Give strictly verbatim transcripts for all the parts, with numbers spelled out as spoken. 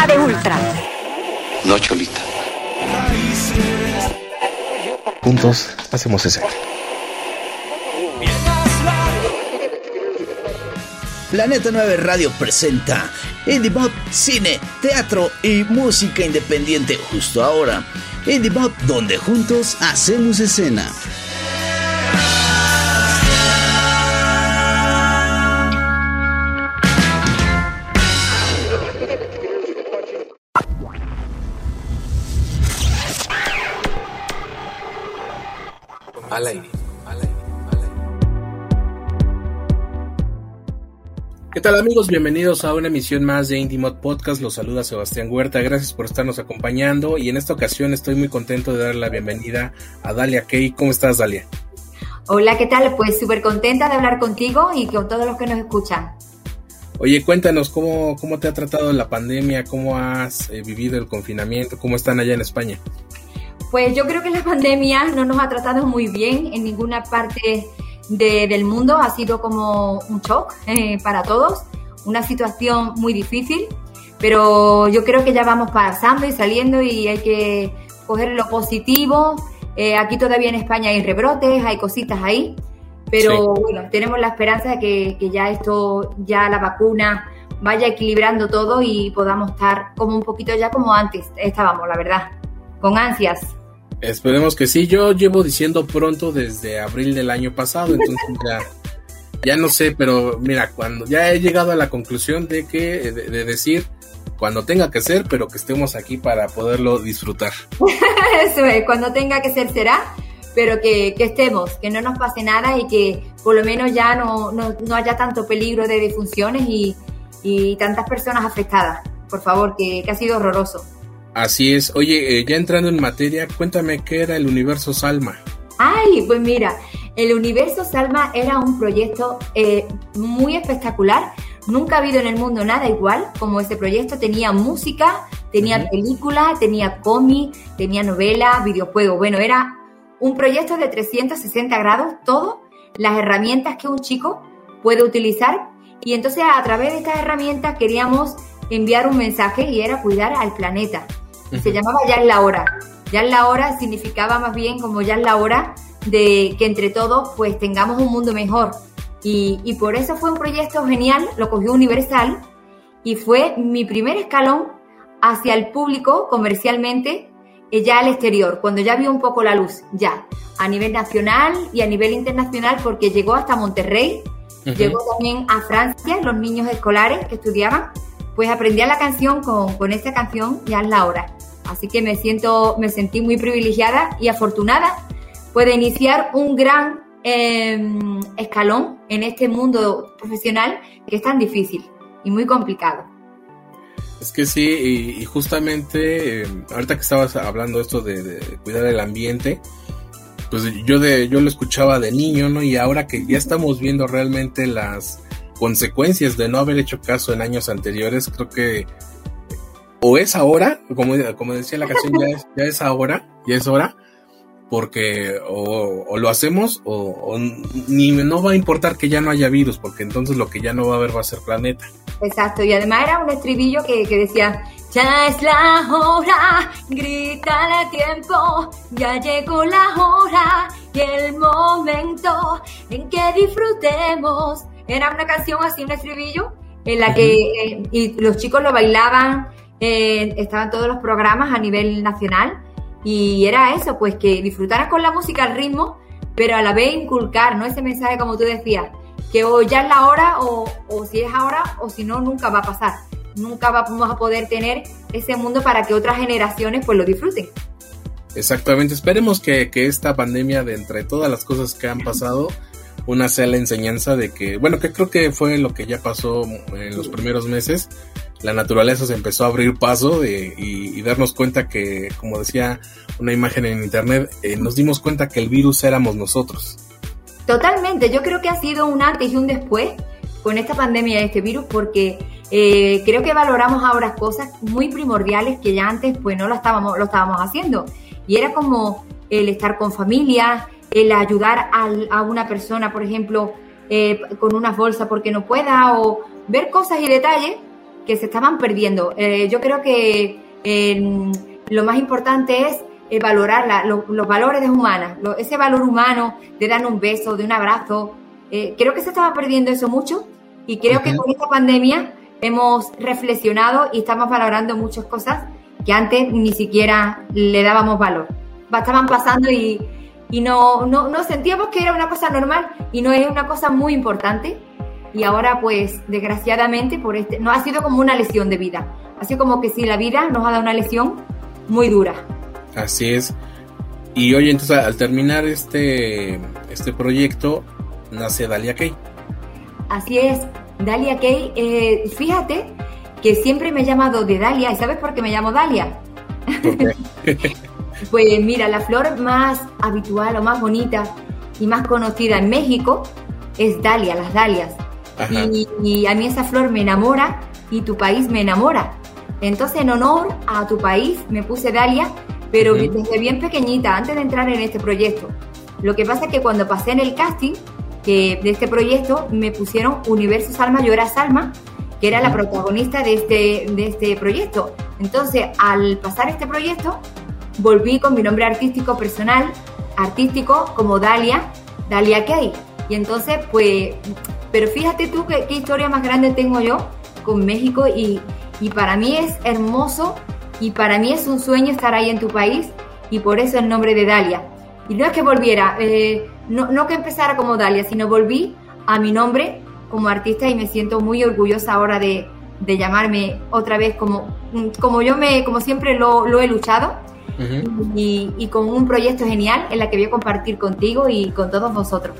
A de Ultra. No, Cholita. Juntos hacemos escena. Planeta nueve Radio presenta Indie Pop, cine, teatro y música independiente justo ahora. Indie Pop, donde juntos hacemos escena. Al aire. ¿Qué tal, amigos? Bienvenidos a una emisión más de Indie Mod Podcast. Los saluda Sebastián Huerta. Gracias por estarnos acompañando y en esta ocasión estoy muy contento de dar la bienvenida a Dalia Kay. ¿Cómo estás, Dalia? Hola, ¿qué tal? Pues súper contenta de hablar contigo y con todos los que nos escuchan. Oye, cuéntanos cómo, cómo te ha tratado la pandemia, cómo has eh, vivido el confinamiento, cómo están allá en España. Pues yo creo que la pandemia no nos ha tratado muy bien en ninguna parte de, del mundo. Ha sido como un shock eh, para todos, una situación muy difícil, pero yo creo que ya vamos pasando y saliendo y hay que coger lo positivo. Eh, aquí todavía en España hay rebrotes, hay cositas ahí, pero sí. Bueno, tenemos la esperanza de que, que ya esto, ya la vacuna vaya equilibrando todo y podamos estar como un poquito ya como antes estábamos, la verdad, con ansias. Esperemos que sí. Yo llevo diciendo pronto desde abril del año pasado, entonces ya, ya no sé, pero mira, cuando ya he llegado a la conclusión de que de, de decir cuando tenga que ser, pero que estemos aquí para poderlo disfrutar. Eso es, cuando tenga que ser será, pero que, que estemos, que no nos pase nada y que por lo menos ya no, no, no haya tanto peligro de defunciones y, y tantas personas afectadas. Por favor, que, que ha sido horroroso. Así es. Oye, eh, ya entrando en materia, cuéntame qué era el Universo Salma. Ay, pues mira, el Universo Salma era un proyecto eh, muy espectacular. Nunca ha habido en el mundo nada igual como este proyecto. Tenía música, tenía uh-huh. película, tenía cómic, tenía novela, videojuego. Bueno, era un proyecto de trescientos sesenta grados, todo, las herramientas que un chico puede utilizar. Y entonces a través de estas herramientas queríamos enviar un mensaje y era cuidar al planeta. Uh-huh. Se llamaba Ya es la hora. Ya es la hora significaba más bien como ya es la hora de que entre todos pues tengamos un mundo mejor. Y, y por eso fue un proyecto genial, lo cogió Universal y fue mi primer escalón hacia el público comercialmente, eh, ya al exterior, cuando ya vio un poco la luz, ya, a nivel nacional y a nivel internacional, porque llegó hasta Monterrey, uh-huh. llegó también a Francia, los niños escolares que estudiaban, pues aprendía la canción con, con esta canción, Ya es la hora. Así que me siento, me sentí muy privilegiada y afortunada pues de iniciar un gran eh, escalón en este mundo profesional que es tan difícil y muy complicado. Es que sí, y, y justamente eh, ahorita que estabas hablando esto de, de cuidar el ambiente, pues yo de yo lo escuchaba de niño, ¿no? Y ahora que ya estamos viendo realmente las consecuencias de no haber hecho caso en años anteriores, creo que o es ahora, como, como decía la canción, ya es, ya es ahora, ya es hora, porque o, o lo hacemos o, o ni no va a importar que ya no haya virus, porque entonces lo que ya no va a haber va a ser planeta. Exacto, y además era un estribillo que, que decía, ya es la hora, grítale a tiempo, ya llegó la hora y el momento en que disfrutemos. Era una canción así, un estribillo, en la que eh, y los chicos lo bailaban, eh, estaban todos los programas a nivel nacional y era eso, pues que disfrutaran con la música, al ritmo, pero a la vez inculcar, ¿no? Ese mensaje, como tú decías, que o ya es la hora o, o si es ahora o si no, nunca va a pasar. Nunca vamos a poder tener ese mundo para que otras generaciones pues lo disfruten. Exactamente, esperemos que, que esta pandemia, de entre todas las cosas que han pasado, una sea la enseñanza de que, bueno, que creo que fue lo que ya pasó en los primeros meses, la naturaleza se empezó a abrir paso de, y, y darnos cuenta que, como decía una imagen en internet, eh, nos dimos cuenta que el virus éramos nosotros. Totalmente, yo creo que ha sido un antes y un después con esta pandemia de este virus, porque eh, creo que valoramos ahora cosas muy primordiales que ya antes pues no lo estábamos, lo estábamos haciendo, y era como el estar con familia, el ayudar a, a una persona, por ejemplo, eh, con unas bolsas porque no pueda, o ver cosas y detalles que se estaban perdiendo. Eh, yo creo que eh, lo más importante es eh, valorar la, lo, los valores humanos, lo, ese valor humano de dar un beso, de un abrazo. Eh, creo que se estaba perdiendo eso mucho y creo uh-huh. que con esta pandemia hemos reflexionado y estamos valorando muchas cosas que antes ni siquiera le dábamos valor. Estaban pasando y, y no, no, no sentíamos que era una cosa normal y no es una cosa muy importante. Y ahora, pues, desgraciadamente, por este, no ha sido como una lesión de vida. Ha sido como que si la vida nos ha dado una lesión muy dura. Así es. Y oye, entonces, al terminar este, este proyecto, nace Dalia Kay. Así es. Dalia Kay, eh, fíjate que siempre me he llamado de Dalia. ¿Y sabes por qué me llamo Dalia? ¿Por qué? Pues mira, la flor más habitual o más bonita y más conocida en México es Dalia, las dalias. Y, y a mí esa flor me enamora y tu país me enamora. Entonces, en honor a tu país, me puse Dalia, pero uh-huh. desde bien pequeñita, antes de entrar en este proyecto. Lo que pasa es que cuando pasé en el casting que de este proyecto, me pusieron Universo Salma, yo era Salma, que era uh-huh. la protagonista de este, de este proyecto. Entonces, al pasar este proyecto, volví con mi nombre artístico personal, artístico como Dalia, Dalia Kay. Y entonces, pues, pero fíjate tú qué, qué historia más grande tengo yo con México y, y para mí es hermoso y para mí es un sueño estar ahí en tu país y por eso el nombre de Dalia. Y no es que volviera, eh, no, no que empezara como Dalia, sino volví a mi nombre como artista y me siento muy orgullosa ahora de, de llamarme otra vez como, como yo me, como siempre lo, lo he luchado. Uh-huh. y, y con un proyecto genial en la que voy a compartir contigo y con todos vosotros.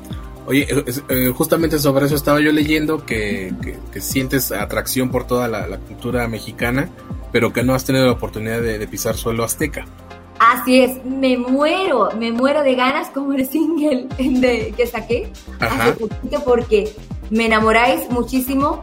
Oye, eh, justamente sobre eso estaba yo leyendo que, que, que sientes atracción por toda la, la cultura mexicana, pero que no has tenido la oportunidad de, de pisar suelo azteca. Así es, me muero, me muero de ganas como el single de, que saqué Ajá. hace poquito porque me enamoráis muchísimo,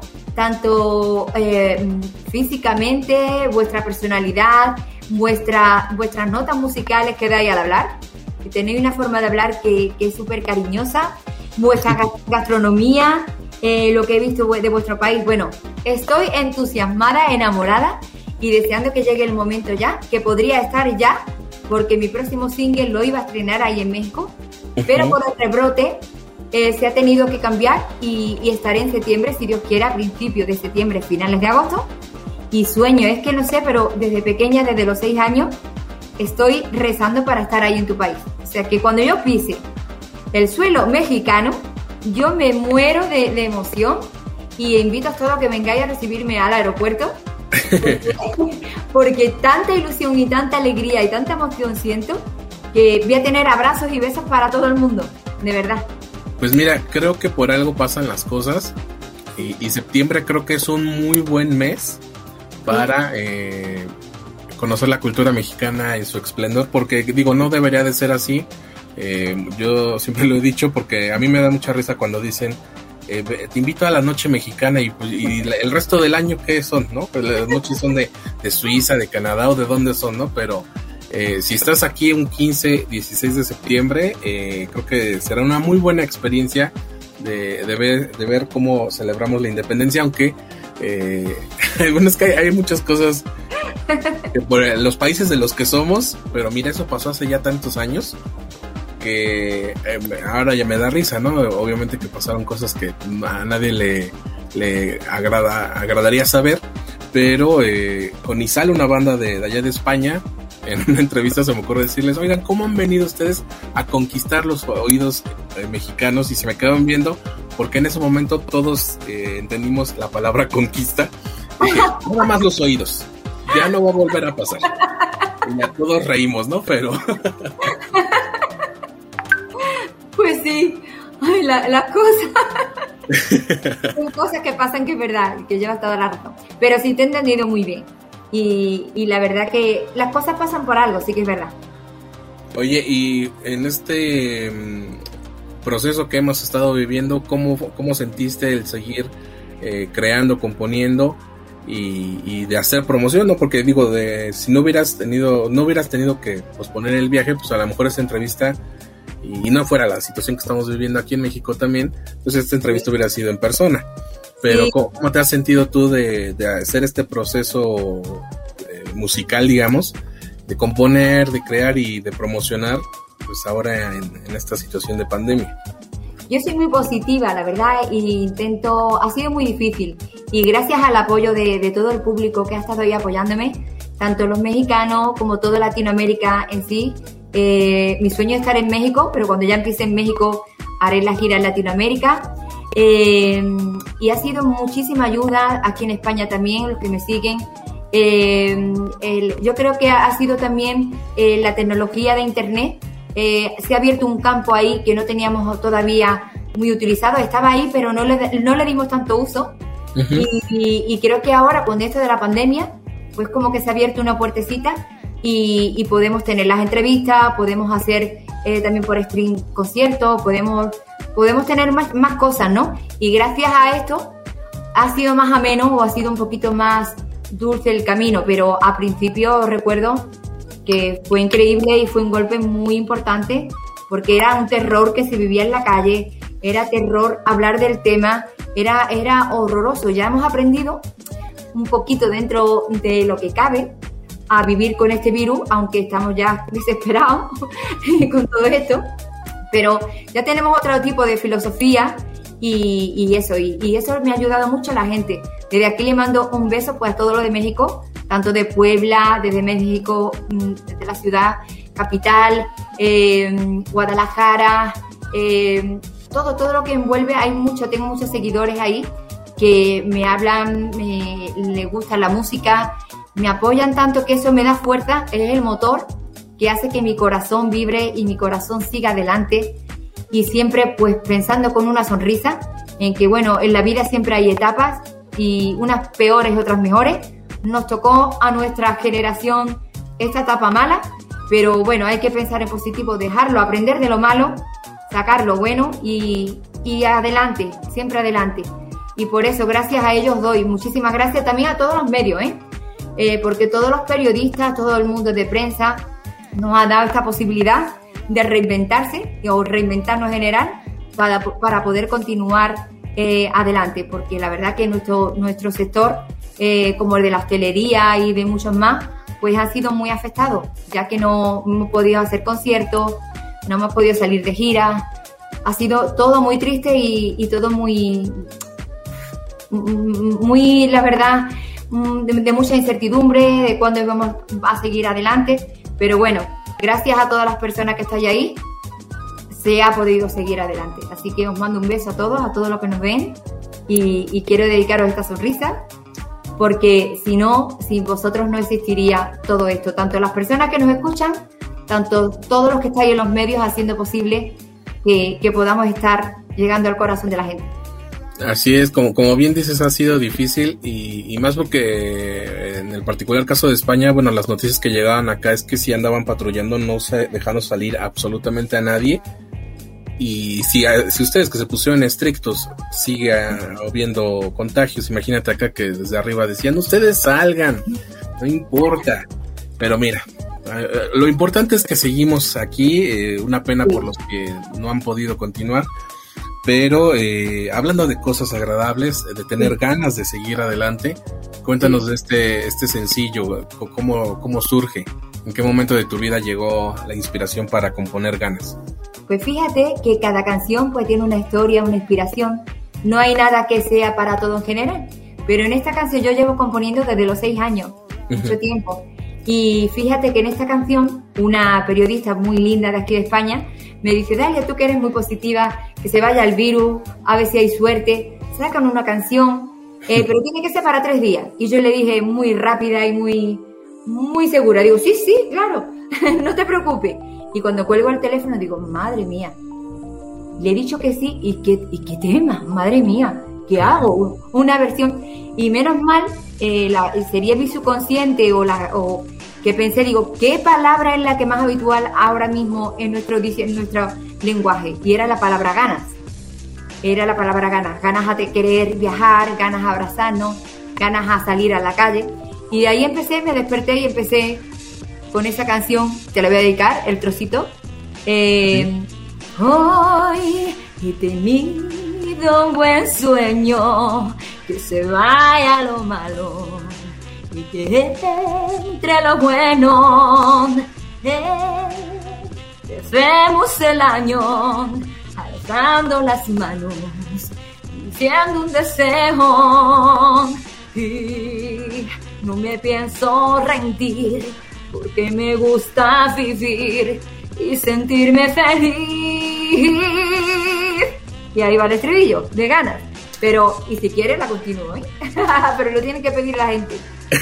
tanto eh, físicamente, vuestra personalidad, vuestra, vuestras notas musicales que dais al hablar, que tenéis una forma de hablar que, que es súper cariñosa, vuestra gastronomía, eh, lo que he visto de vuestro país. Bueno, estoy entusiasmada, enamorada y deseando que llegue el momento ya, que podría estar ya, porque mi próximo single lo iba a estrenar ahí en México, uh-huh. pero por el rebrote eh, se ha tenido que cambiar y, y estaré en septiembre, si Dios quiera, a principios de septiembre, finales de agosto. Y sueño, es que no sé, pero desde pequeña, desde los seis años, estoy rezando para estar ahí en tu país. O sea que cuando yo pise el suelo mexicano, yo me muero de, de emoción y invito a todos a que vengáis a recibirme al aeropuerto. Porque, porque tanta ilusión y tanta alegría y tanta emoción siento que voy a tener abrazos y besos para todo el mundo, de verdad. Pues mira, creo que por algo pasan las cosas y, y septiembre creo que es un muy buen mes para eh, conocer la cultura mexicana en su esplendor, porque digo, no debería de ser así. Eh, yo siempre lo he dicho porque a mí me da mucha risa cuando dicen eh, te invito a la noche mexicana y, y el resto del año ¿qué son? ¿No? Pues las noches son de, de Suiza, de Canadá o de dónde son, ¿no? Pero eh, si estás aquí un quince, dieciséis de septiembre, eh, creo que será una muy buena experiencia de, de, ver, de ver cómo celebramos la independencia, aunque Eh, bueno, es que hay, hay muchas cosas que por los países de los que somos, pero mira, eso pasó hace ya tantos años que eh, ahora ya me da risa, ¿no? Obviamente que pasaron cosas que a nadie le, le agrada, agradaría saber, pero eh, con Izal, una banda de, de allá de España, en una entrevista se me ocurre decirles, oigan, ¿cómo han venido ustedes a conquistar los oídos eh, mexicanos? Y se me quedaban viendo, porque en ese momento todos eh, entendimos la palabra conquista. Y dije, nada más los oídos, ya no va a volver a pasar. Y ya todos reímos, ¿no? Pero... Pues sí, ay, la, la cosa... Son cosas que pasan que es verdad, que llevas toda la razón. Pero sí te he entendido muy bien. Y, y la verdad que las cosas pasan por algo, sí que es verdad. Oye, y en este um, proceso que hemos estado viviendo, ¿cómo, cómo sentiste el seguir eh, creando, componiendo y, y de hacer promoción? ¿No? Porque digo, de si no hubieras tenido, no hubieras tenido que posponer el viaje, pues a lo mejor esta entrevista, y no fuera la situación que estamos viviendo aquí en México también, entonces esta entrevista hubiera sido en persona. Pero sí. ¿cómo, ¿cómo te has sentido tú de, de hacer este proceso eh, musical, digamos, de componer, de crear y de promocionar, pues ahora en, en esta situación de pandemia? Yo soy muy positiva, la verdad, e intento, ha sido muy difícil, y gracias al apoyo de, de todo el público que ha estado ahí apoyándome, tanto los mexicanos como toda Latinoamérica en sí. Eh, mi sueño es estar en México, pero cuando ya empiece en México haré la gira en Latinoamérica. Eh, y ha sido muchísima ayuda aquí en España también, los que me siguen. Eh, el, yo creo que ha sido también eh, la tecnología de Internet. Eh, se ha abierto un campo ahí que no teníamos todavía muy utilizado. Estaba ahí, pero no le, no le dimos tanto uso. Uh-huh. y, y, y creo que ahora, con esto de la pandemia, pues como que se ha abierto una puertecita y, y podemos tener las entrevistas, podemos hacer eh, también por stream conciertos, podemos... podemos tener más, más cosas, ¿no? Y gracias a esto ha sido más ameno o ha sido un poquito más dulce el camino, pero a principio recuerdo que fue increíble y fue un golpe muy importante porque era un terror que se vivía en la calle, era terror hablar del tema, era, era horroroso. Ya hemos aprendido un poquito dentro de lo que cabe a vivir con este virus, aunque estamos ya desesperados con todo esto. Pero ya tenemos otro tipo de filosofía y, y eso, y, y eso me ha ayudado mucho a la gente. Desde aquí le mando un beso pues a todo lo de México, tanto de Puebla, desde México, desde la ciudad capital, eh, Guadalajara, eh, todo, todo lo que envuelve. Hay mucho, tengo muchos seguidores ahí que me hablan, me, les gusta la música, me apoyan tanto que eso me da fuerza, es el motor que hace que mi corazón vibre y mi corazón siga adelante, y siempre pues pensando con una sonrisa en que bueno, en la vida siempre hay etapas y unas peores, otras mejores. Nos tocó a nuestra generación esta etapa mala, pero bueno, hay que pensar en positivo, dejarlo, aprender de lo malo, sacar lo bueno y, y adelante, siempre adelante. Y por eso gracias a ellos doy muchísimas gracias también a todos los medios, ¿eh? Eh, porque todos los periodistas, todo el mundo de prensa nos ha dado esta posibilidad de reinventarse o reinventarnos en general para, para poder continuar eh, adelante, porque la verdad que nuestro, nuestro sector, eh, como el de la hostelería y de muchos más, pues ha sido muy afectado, ya que no hemos podido hacer conciertos, no hemos podido salir de gira. Ha sido todo muy triste y, y todo muy, muy, la verdad, de, de mucha incertidumbre de cuándo íbamos a seguir adelante. Pero bueno, gracias a todas las personas que estáis ahí, se ha podido seguir adelante. Así que os mando un beso a todos, a todos los que nos ven, y, y quiero dedicaros esta sonrisa, porque si no, sin vosotros no existiría todo esto. Tanto las personas que nos escuchan, tanto todos los que estáis en los medios haciendo posible que, que podamos estar llegando al corazón de la gente. Así es, como, como bien dices, ha sido difícil y, y más porque en el particular caso de España, bueno, las noticias que llegaban acá es que sí andaban patrullando, no se dejando salir absolutamente a nadie. Y si, si ustedes que se pusieron estrictos sigue habiendo contagios, imagínate acá que desde arriba decían, ustedes salgan, no importa. Pero mira, eh, lo importante es que seguimos aquí, eh, una pena por los que no han podido continuar. Pero eh, hablando de cosas agradables, de tener ganas de seguir adelante, cuéntanos de este este sencillo, cómo, cómo surge, en qué momento de tu vida llegó la inspiración para componer Ganas. Pues fíjate que cada canción pues tiene una historia, una inspiración, no hay nada que sea para todo en general, pero en esta canción yo llevo componiendo desde los seis años, uh-huh. mucho tiempo. Y fíjate que en esta canción, una periodista muy linda de aquí de España me dice, Dalia, tú que eres muy positiva, que se vaya el virus, a ver si hay suerte, sacan una canción, eh, pero tiene que ser para tres días. Y yo le dije muy rápida y muy, muy segura, digo, sí, sí, claro, no te preocupes. Y cuando cuelgo el teléfono digo, madre mía, le he dicho que sí, ¿y qué, y qué tema? Madre mía, ¿qué hago? Una versión, y menos mal, eh, la, sería mi subconsciente o la... O, que pensé, digo, ¿qué palabra es la que más habitual ahora mismo en nuestro, en nuestro lenguaje? Y era la palabra ganas. Era la palabra ganas. Ganas de querer viajar, ganas de abrazarnos, ganas a salir a la calle. Y de ahí empecé, me desperté y empecé con esa canción. Te la voy a dedicar, el trocito. Eh, Hoy he tenido un buen sueño, que se vaya lo malo y que entre lo bueno. Empecemos el año alzando las manos, diciendo un deseo, y no me pienso rendir, porque me gusta vivir y sentirme feliz. Y ahí va el estribillo, de ganas. Pero, y si quieres la continúo, ¿eh? Pero lo tienen que pedir la gente.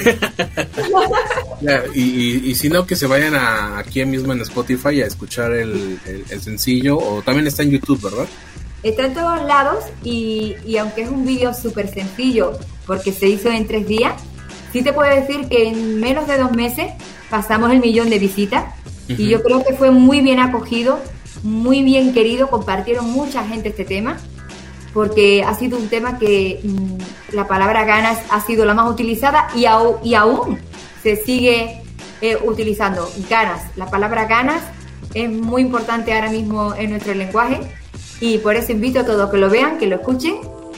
Ya, y, y, y si no, que se vayan a, aquí mismo en Spotify a escuchar el, el, el sencillo, o también está en YouTube, ¿verdad? Está en todos lados, y, y aunque es un vídeo súper sencillo porque se hizo en tres días, sí te puedo decir que en menos de dos meses pasamos el millón de visitas. Uh-huh. Y yo creo que fue muy bien acogido, muy bien querido, compartieron mucha gente este tema, porque ha sido un tema que mmm, la palabra ganas ha sido la más utilizada, y, au, y aún se sigue eh, utilizando ganas. La palabra ganas es muy importante ahora mismo en nuestro lenguaje, y por eso invito a todos que lo vean, que lo escuchen,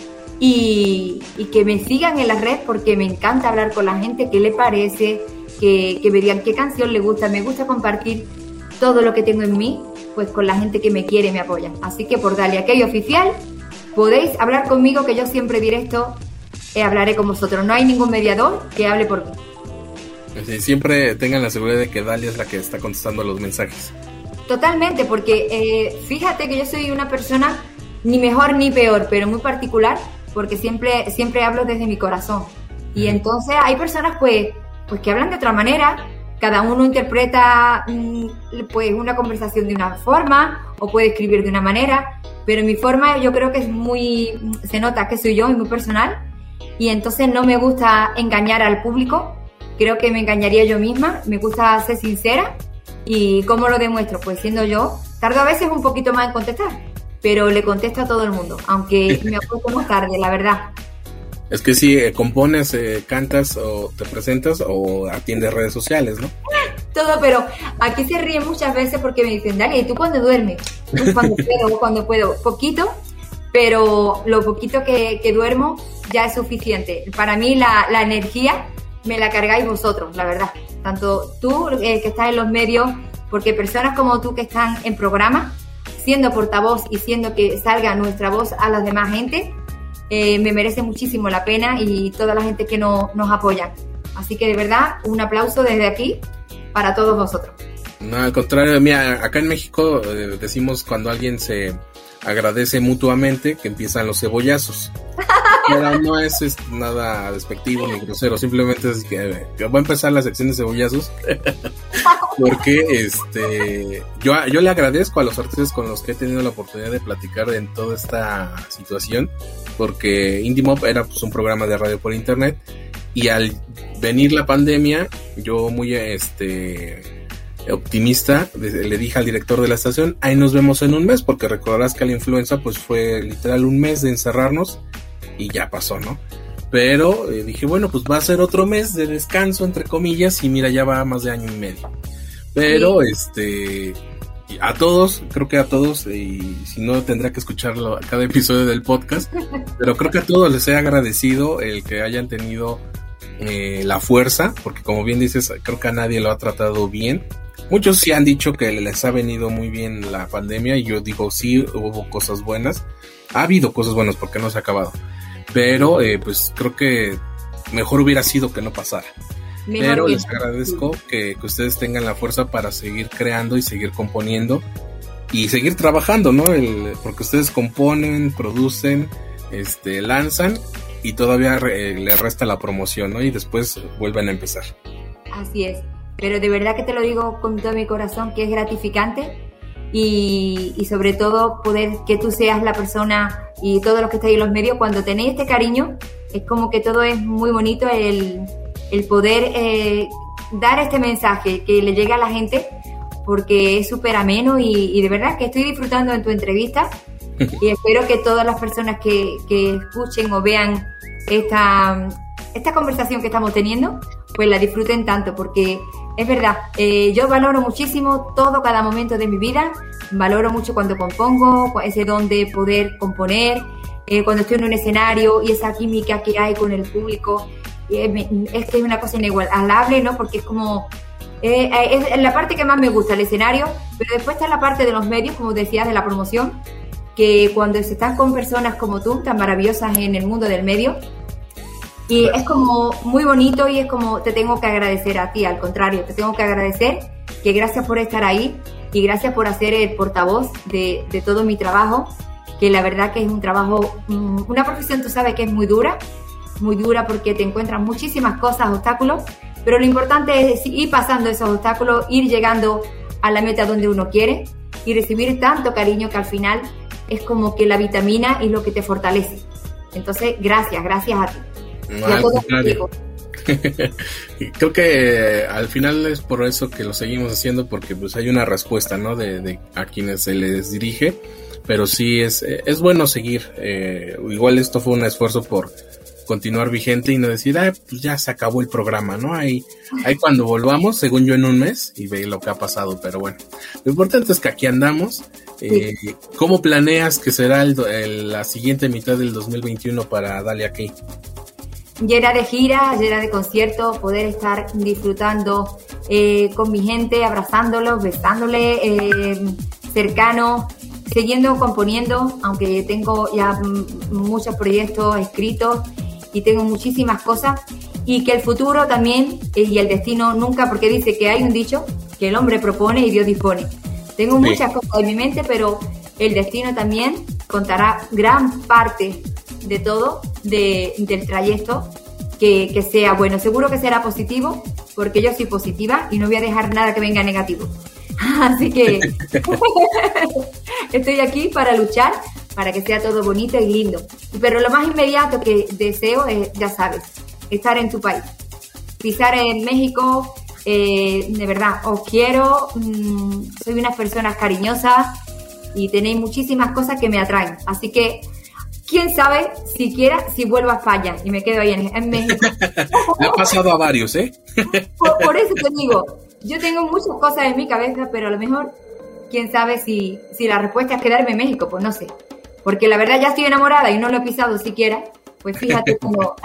y, y que me sigan en las redes, porque me encanta hablar con la gente, qué le parece, que, que me digan qué canción le gusta. Me gusta compartir todo lo que tengo en mí, pues con la gente que me quiere y me apoya. Así que por Dalia Kay Oficial podéis hablar conmigo, que yo siempre directo eh, hablaré con vosotros. No hay ningún mediador que hable por mí. Sí, siempre tengan la seguridad de que Dalia es la que está contestando los mensajes. Totalmente, porque eh, fíjate que yo soy una persona ni mejor ni peor, pero muy particular, porque siempre, siempre hablo desde mi corazón. Y entonces hay personas pues, pues que hablan de otra manera. Cada uno interpreta pues una conversación de una forma, o puede escribir de una manera, pero mi forma yo creo que es muy, se nota que soy yo, es muy personal, y entonces no me gusta engañar al público. Creo que me engañaría yo misma. Me gusta ser sincera. ¿Y cómo lo demuestro? Pues siendo yo. Tardo a veces un poquito más en contestar, pero le contesto a todo el mundo, aunque me acuerdo más tarde, la verdad. Es que si eh, compones, eh, cantas o te presentas o atiendes redes sociales, ¿no? Todo, pero aquí se ríen muchas veces porque me dicen, Dalia, ¿y tú cuándo duermes? Pues cuando puedo, cuando puedo. Poquito, pero lo poquito que, que duermo ya es suficiente. Para mí la, la energía me la cargáis vosotros, la verdad. Tanto tú eh, que estás en los medios, porque personas como tú que están en programa, siendo portavoz y siendo que salga nuestra voz a las demás gente, eh, me merece muchísimo la pena, y toda la gente que no, nos apoya. Así que de verdad, un aplauso desde aquí para todos vosotros. No, al contrario, mira, acá en México eh, decimos cuando alguien se agradece mutuamente que empiezan los cebollazos. Pero no es, es nada despectivo ni grosero, simplemente es que, que va a empezar la sección de cebollazos porque este yo, yo le agradezco a los artistas con los que he tenido la oportunidad de platicar en toda esta situación, porque Indie Mob era pues un programa de radio por internet, y al venir la pandemia yo muy este optimista le dije al director de la estación, ahí nos vemos en un mes, porque recordarás que la influenza pues fue literal un mes de encerrarnos y ya pasó, ¿no? Pero eh, dije, bueno, pues va a ser otro mes de descanso, entre comillas, y mira, ya va más de año y medio. Pero, sí. este, a todos, creo que a todos, y si no tendrá que escucharlo a cada episodio del podcast, pero creo que a todos les he agradecido el que hayan tenido eh, la fuerza, porque como bien dices, creo que a nadie lo ha tratado bien. Muchos sí han dicho que les ha venido muy bien la pandemia, y yo digo, sí, hubo cosas buenas. Ha habido cosas buenas porque no se ha acabado. Pero, eh, pues, creo que mejor hubiera sido que no pasara. Mejor Pero bien. Les agradezco que, que ustedes tengan la fuerza para seguir creando y seguir componiendo y seguir trabajando, ¿no? El, porque ustedes componen, producen, este, lanzan, y todavía re, le resta la promoción, ¿no? Y después vuelven a empezar. Así es. Pero de verdad que te lo digo con todo mi corazón, que es gratificante, y, y sobre todo poder que tú seas la persona, y todos los que estáis en los medios, cuando tenéis este cariño, es como que todo es muy bonito, el, el poder eh, dar este mensaje que le llegue a la gente, porque es súper ameno, y, y de verdad que estoy disfrutando en tu entrevista, y espero que todas las personas que, que escuchen o vean esta, esta conversación que estamos teniendo, pues la disfruten tanto, porque es verdad, eh, yo valoro muchísimo todo, cada momento de mi vida, valoro mucho cuando compongo, ese don de poder componer, eh, cuando estoy en un escenario y esa química que hay con el público, eh, me, es que es una cosa inigualable, ¿no? Porque es como, eh, es la parte que más me gusta, el escenario, pero después está la parte de los medios, como decías, de la promoción, que cuando se están con personas como tú, tan maravillosas en el mundo del medio, y es como muy bonito y es como te tengo que agradecer a ti, al contrario, te tengo que agradecer que gracias por estar ahí y gracias por hacer el portavoz de, de todo mi trabajo, que la verdad que es un trabajo, una profesión tú sabes que es muy dura, muy dura porque te encuentras muchísimas cosas, obstáculos, pero lo importante es ir pasando esos obstáculos, ir llegando a la meta donde uno quiere y recibir tanto cariño que al final es como que la vitamina es lo que te fortalece. Entonces, gracias, gracias a ti. No, al contrario. Creo que eh, al final es por eso que lo seguimos haciendo, porque pues hay una respuesta, ¿no? De, de a quienes se les dirige, pero sí es, es bueno seguir. Eh, igual esto fue un esfuerzo por continuar vigente y no decir, ah, pues ya se acabó el programa, ¿no? Ahí, ahí cuando volvamos, según yo en un mes, y ve lo que ha pasado, pero bueno. Lo importante es que aquí andamos. Eh, sí. ¿Cómo planeas que será el, el, la siguiente mitad del dos mil veintiuno para Dalia K? Llena de gira, llena de conciertos, poder estar disfrutando eh, con mi gente, abrazándolos, besándoles, eh, cercano, siguiendo componiendo, aunque tengo ya m- muchos proyectos escritos y tengo muchísimas cosas, y que el futuro también eh, y el destino nunca, porque dice que hay un dicho, que el hombre propone y Dios dispone. Tengo sí. muchas cosas en mi mente, pero el destino también contará gran parte de todo, de, del trayecto, que, que sea bueno. Seguro que será positivo, porque yo soy positiva y no voy a dejar nada que venga negativo. Así que estoy aquí para luchar, para que sea todo bonito y lindo. Pero lo más inmediato que deseo es, ya sabes, estar en tu país. Pisar en México, eh, de verdad, os quiero, mmm, soy unas personas cariñosas y tenéis muchísimas cosas que me atraen. Así que quién sabe siquiera si vuelvo a España y me quedo ahí en, en México. Le ha pasado a varios, ¿eh? Por, por eso te digo, yo tengo muchas cosas en mi cabeza, pero a lo mejor, quién sabe si, si la respuesta es quedarme en México, pues no sé. Porque la verdad ya estoy enamorada y no lo he pisado siquiera, pues fíjate cuando,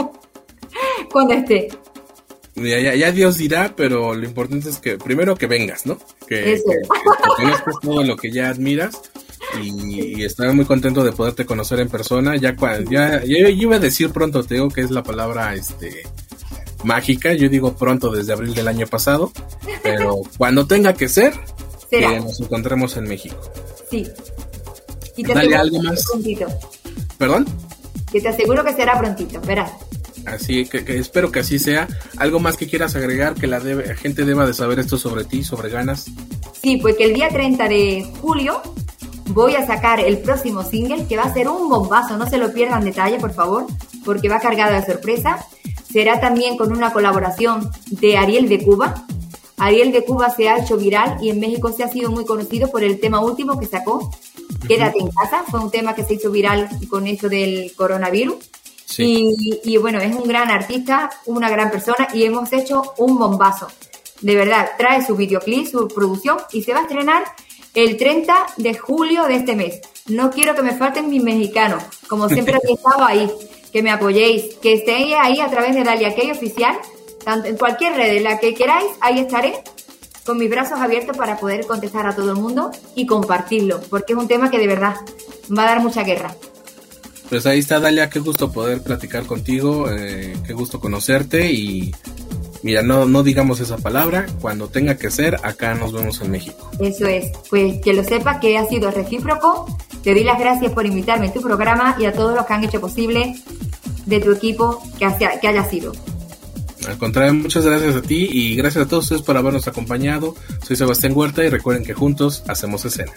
cuando esté. Ya, ya, ya Dios dirá, pero lo importante es que primero que vengas, ¿no? Que, eso. que, que conozcas todo lo que ya admiras. Y, y estoy muy contento de poderte conocer en persona. Ya, ya, ya yo iba a decir pronto, te digo que es la palabra este mágica. Yo digo pronto desde abril del año pasado, pero cuando tenga que ser, ¿será? Que nos encontremos en México. Sí. Y te Dale algo más. Prontito. ¿Perdón? Que te aseguro que será prontito, verás. Así que, que espero que así sea. ¿Algo más que quieras agregar que la, debe, la gente deba de saber esto sobre ti, sobre Ganas? Sí, pues que el día treinta de julio voy a sacar el próximo single, que va a ser un bombazo, no se lo pierdan detalle, por favor, porque va cargado de sorpresa. Será también con una colaboración de Ariel de Cuba. Ariel de Cuba se ha hecho viral y en México se ha sido muy conocido por el tema último que sacó, Quédate en casa. Fue un tema que se hizo viral con esto del coronavirus. Sí. Y, y bueno, es un gran artista, una gran persona y hemos hecho un bombazo. De verdad, trae su videoclip, su producción y se va a estrenar el treinta de julio de este mes. No quiero que me falten mis mexicanos. Como siempre he estado ahí. Que me apoyéis. Que estéis ahí a través de Dalia K Oficial. Tanto en cualquier red en la que queráis, ahí estaré. Con mis brazos abiertos para poder contestar a todo el mundo y compartirlo. Porque es un tema que de verdad va a dar mucha guerra. Pues ahí está, Dalia. Qué gusto poder platicar contigo. Eh, qué gusto conocerte y... Mira, no, no digamos esa palabra, cuando tenga que ser, acá nos vemos en México. Eso es, pues que lo sepas que ha sido recíproco. Te doy las gracias por invitarme en tu programa y a todos los que han hecho posible de tu equipo que, hacia, que haya sido. Al contrario, muchas gracias a ti y gracias a todos ustedes por habernos acompañado. Soy Sebastián Huerta y recuerden que juntos hacemos escena.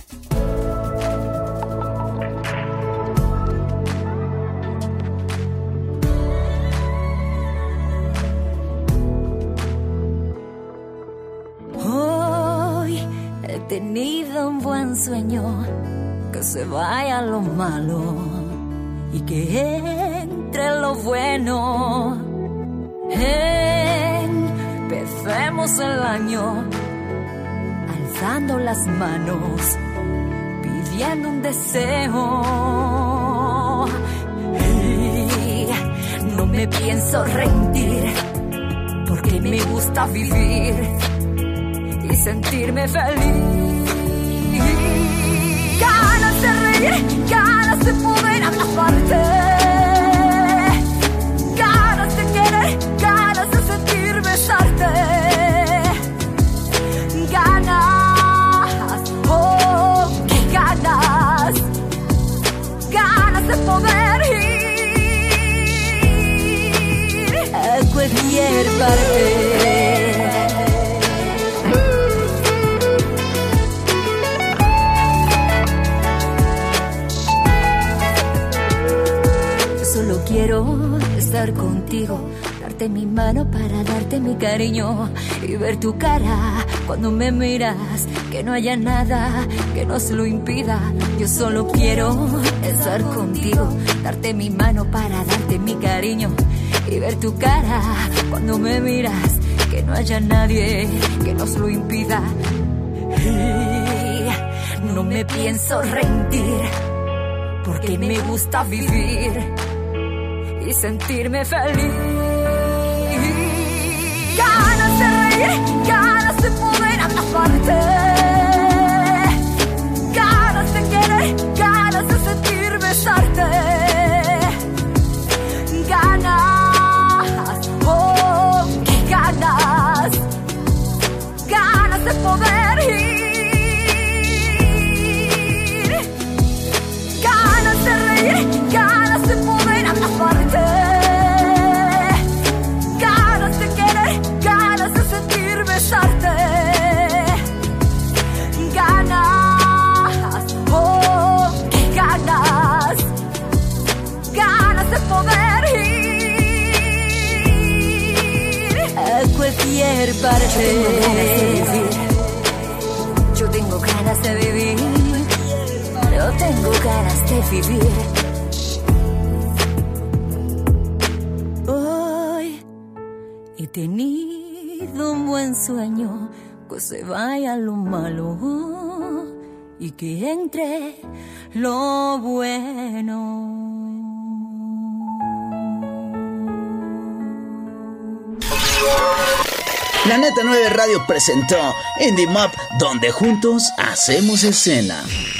He tenido un buen sueño, que se vaya lo malo y que entre lo bueno. Empecemos el año alzando las manos, pidiendo un deseo. me pienso rendir, porque me gusta vivir y sentirme feliz. Ganas de reír, ganas de poder abrazarte, ganas de querer, ganas de sentir besarte, ganas, oh, qué ganas, ganas de poder ir a cualquier parte. Solo quiero estar contigo, darte mi mano para darte mi cariño y ver tu cara cuando me miras, que no haya nada que nos lo impida. Yo solo quiero estar contigo, darte mi mano para darte mi cariño y ver tu cara cuando me miras, que no haya nadie que nos lo impida. Y no me pienso rendir, porque me gusta vivir y sentirme feliz. Ganas de reír, ganas de poder abrazarte, ganas de querer, ganas de sentir besarte, ganas, oh, qué ganas, ganas de poder ir, ganas de reír, ganas de poder abrazarte, ganas de querer, ganas de sentir besarte, ganas, oh, qué ganas, ganas de poder ir a cualquier parte. Yo tengo ganas de vivir, yo tengo ganas de vivir. Hoy he tenido un buen sueño, que se vaya lo malo y que entre lo bueno. Planeta nueve Radio presentó Indie Mob, donde juntos hacemos escena.